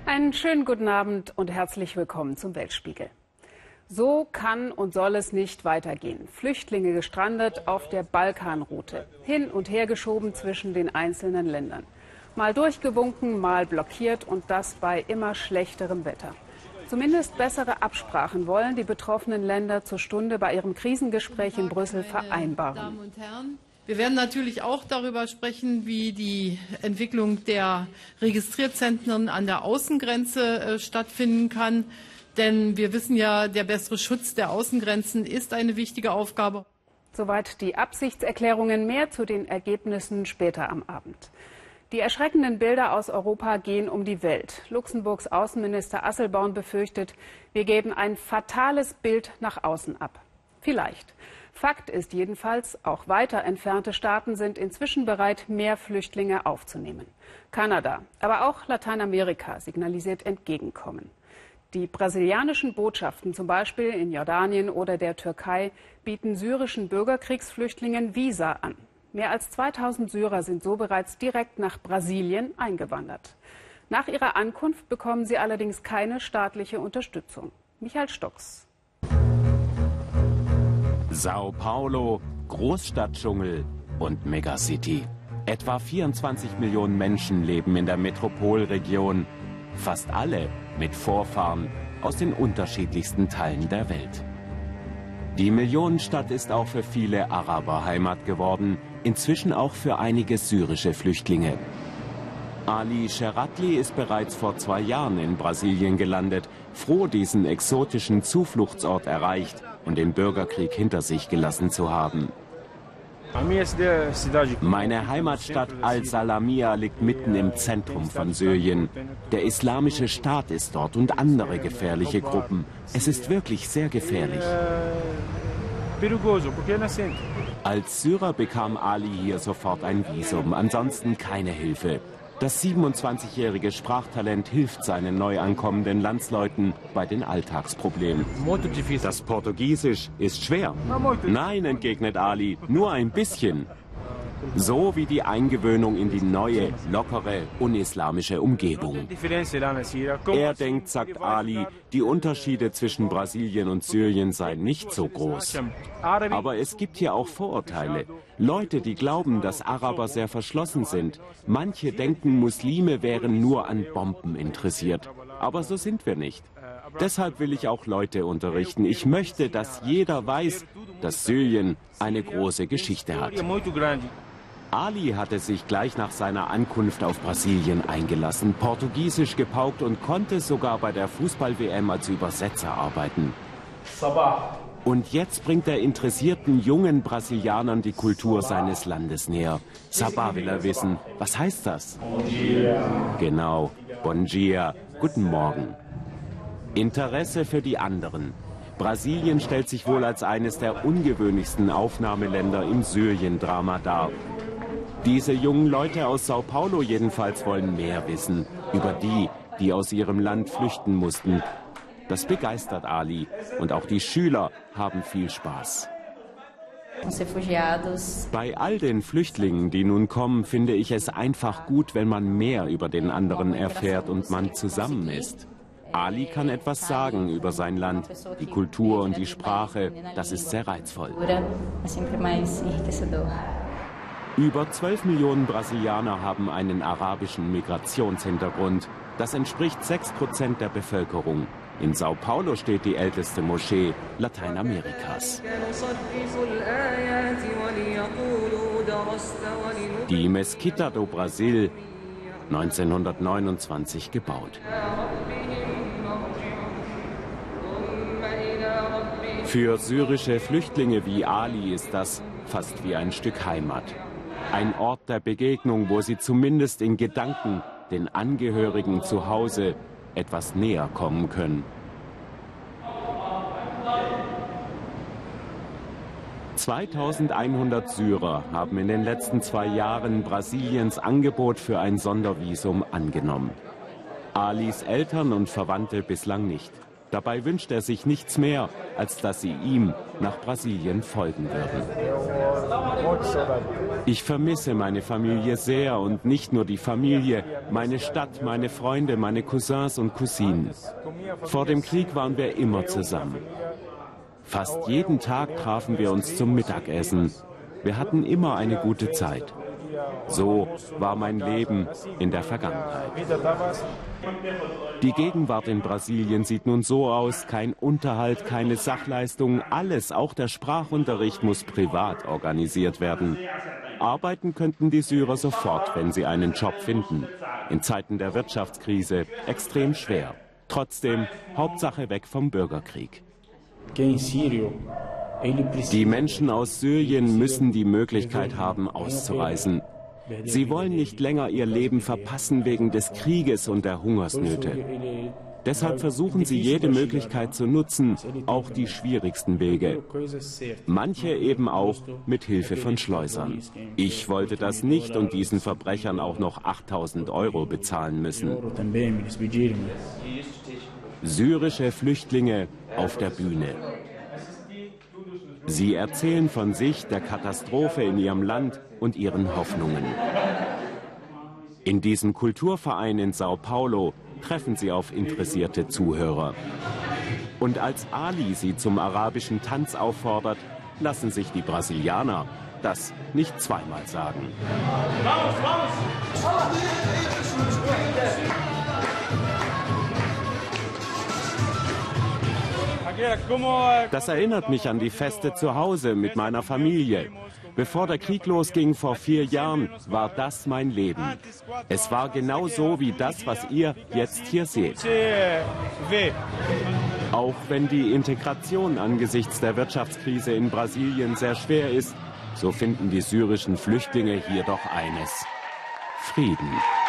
Einen schönen guten Abend und herzlich willkommen zum Weltspiegel. So kann und soll es nicht weitergehen. Flüchtlinge gestrandet auf der Balkanroute, hin und her geschoben zwischen den einzelnen Ländern. Mal durchgewunken, mal blockiert und das bei immer schlechterem Wetter. Zumindest bessere Absprachen wollen die betroffenen Länder zur Stunde bei ihrem Krisengespräch in Brüssel vereinbaren. Wir werden natürlich auch darüber sprechen, wie die Entwicklung der Registrierzentren an der Außengrenze stattfinden kann. Denn wir wissen ja, der bessere Schutz der Außengrenzen ist eine wichtige Aufgabe. Soweit die Absichtserklärungen, mehr zu den Ergebnissen später am Abend. Die erschreckenden Bilder aus Europa gehen um die Welt. Luxemburgs Außenminister Asselborn befürchtet, wir geben ein fatales Bild nach außen ab. Vielleicht. Fakt ist jedenfalls, auch weiter entfernte Staaten sind inzwischen bereit, mehr Flüchtlinge aufzunehmen. Kanada, aber auch Lateinamerika signalisiert Entgegenkommen. Die brasilianischen Botschaften, zum Beispiel in Jordanien oder der Türkei, bieten syrischen Bürgerkriegsflüchtlingen Visa an. Mehr als 2000 Syrer sind so bereits direkt nach Brasilien eingewandert. Nach ihrer Ankunft bekommen sie allerdings keine staatliche Unterstützung. Michael Stocks. Sao Paulo, Großstadtdschungel und Megacity. Etwa 24 Millionen Menschen leben in der Metropolregion. Fast alle mit Vorfahren aus den unterschiedlichsten Teilen der Welt. Die Millionenstadt ist auch für viele Araber Heimat geworden, inzwischen auch für einige syrische Flüchtlinge. Ali Sheratli ist bereits vor 2 Jahren in Brasilien gelandet, froh, diesen exotischen Zufluchtsort erreicht und den Bürgerkrieg hinter sich gelassen zu haben. Meine Heimatstadt Al-Salamia liegt mitten im Zentrum von Syrien. Der Islamische Staat ist dort und andere gefährliche Gruppen. Es ist wirklich sehr gefährlich. Als Syrer bekam Ali hier sofort ein Visum, ansonsten keine Hilfe. Das 27-jährige Sprachtalent hilft seinen neu ankommenden Landsleuten bei den Alltagsproblemen. Das Portugiesisch ist schwer. Nein, entgegnet Ali, nur ein bisschen. So wie die Eingewöhnung in die neue, lockere, unislamische Umgebung. Er denkt, sagt Ali, die Unterschiede zwischen Brasilien und Syrien seien nicht so groß. Aber es gibt hier auch Vorurteile. Leute, die glauben, dass Araber sehr verschlossen sind. Manche denken, Muslime wären nur an Bomben interessiert. Aber so sind wir nicht. Deshalb will ich auch Leute unterrichten. Ich möchte, dass jeder weiß, dass Syrien eine große Geschichte hat. Ali hatte sich gleich nach seiner Ankunft auf Brasilien eingelassen, Portugiesisch gepaukt und konnte sogar bei der Fußball-WM als Übersetzer arbeiten. Und jetzt bringt er interessierten jungen Brasilianern die Kultur seines Landes näher. Sabah will er wissen. Was heißt das? Genau, Bom dia, guten Morgen. Interesse für die anderen. Brasilien stellt sich wohl als eines der ungewöhnlichsten Aufnahmeländer im Syrien-Drama dar. Diese jungen Leute aus Sao Paulo jedenfalls wollen mehr wissen über die, die aus ihrem Land flüchten mussten. Das begeistert Ali und auch die Schüler haben viel Spaß. Bei all den Flüchtlingen, die nun kommen, finde ich es einfach gut, wenn man mehr über den anderen erfährt und man zusammen ist. Ali kann etwas sagen über sein Land, die Kultur und die Sprache. Das ist sehr reizvoll. Über 12 Millionen Brasilianer haben einen arabischen Migrationshintergrund. Das entspricht 6% der Bevölkerung. In Sao Paulo steht die älteste Moschee Lateinamerikas. Die Mesquita do Brasil, 1929 gebaut. Für syrische Flüchtlinge wie Ali ist das fast wie ein Stück Heimat. Ein Ort der Begegnung, wo sie zumindest in Gedanken den Angehörigen zu Hause etwas näher kommen können. (2100) Syrer haben in den letzten 2 Jahren Brasiliens Angebot für ein Sondervisum angenommen. Alis Eltern und Verwandte bislang nicht. Dabei wünscht er sich nichts mehr, als dass sie ihm nach Brasilien folgen würden. Ich vermisse meine Familie sehr und nicht nur die Familie, meine Stadt, meine Freunde, meine Cousins und Cousinen. Vor dem Krieg waren wir immer zusammen. Fast jeden Tag trafen wir uns zum Mittagessen. Wir hatten immer eine gute Zeit. So war mein Leben in der Vergangenheit. Die Gegenwart in Brasilien sieht nun so aus: kein Unterhalt, keine Sachleistung, alles, auch der Sprachunterricht, muss privat organisiert werden. Arbeiten könnten die Syrer sofort, wenn sie einen Job finden. In Zeiten der Wirtschaftskrise extrem schwer. Trotzdem, Hauptsache weg vom Bürgerkrieg. Die Menschen aus Syrien müssen die Möglichkeit haben, auszureisen. Sie wollen nicht länger ihr Leben verpassen wegen des Krieges und der Hungersnöte. Deshalb versuchen sie jede Möglichkeit zu nutzen, auch die schwierigsten Wege. Manche eben auch mit Hilfe von Schleusern. Ich wollte das nicht und diesen Verbrechern auch noch 8.000 € bezahlen müssen. Syrische Flüchtlinge auf der Bühne. Sie erzählen von sich, der Katastrophe in ihrem Land und ihren Hoffnungen. In diesem Kulturverein in Sao Paulo treffen sie auf interessierte Zuhörer. Und als Ali sie zum arabischen Tanz auffordert, lassen sich die Brasilianer das nicht zweimal sagen. Das erinnert mich an die Feste zu Hause mit meiner Familie. Bevor der Krieg losging vor 4 Jahren, war das mein Leben. Es war genau so wie das, was ihr jetzt hier seht. Auch wenn die Integration angesichts der Wirtschaftskrise in Brasilien sehr schwer ist, so finden die syrischen Flüchtlinge hier doch eines: Frieden.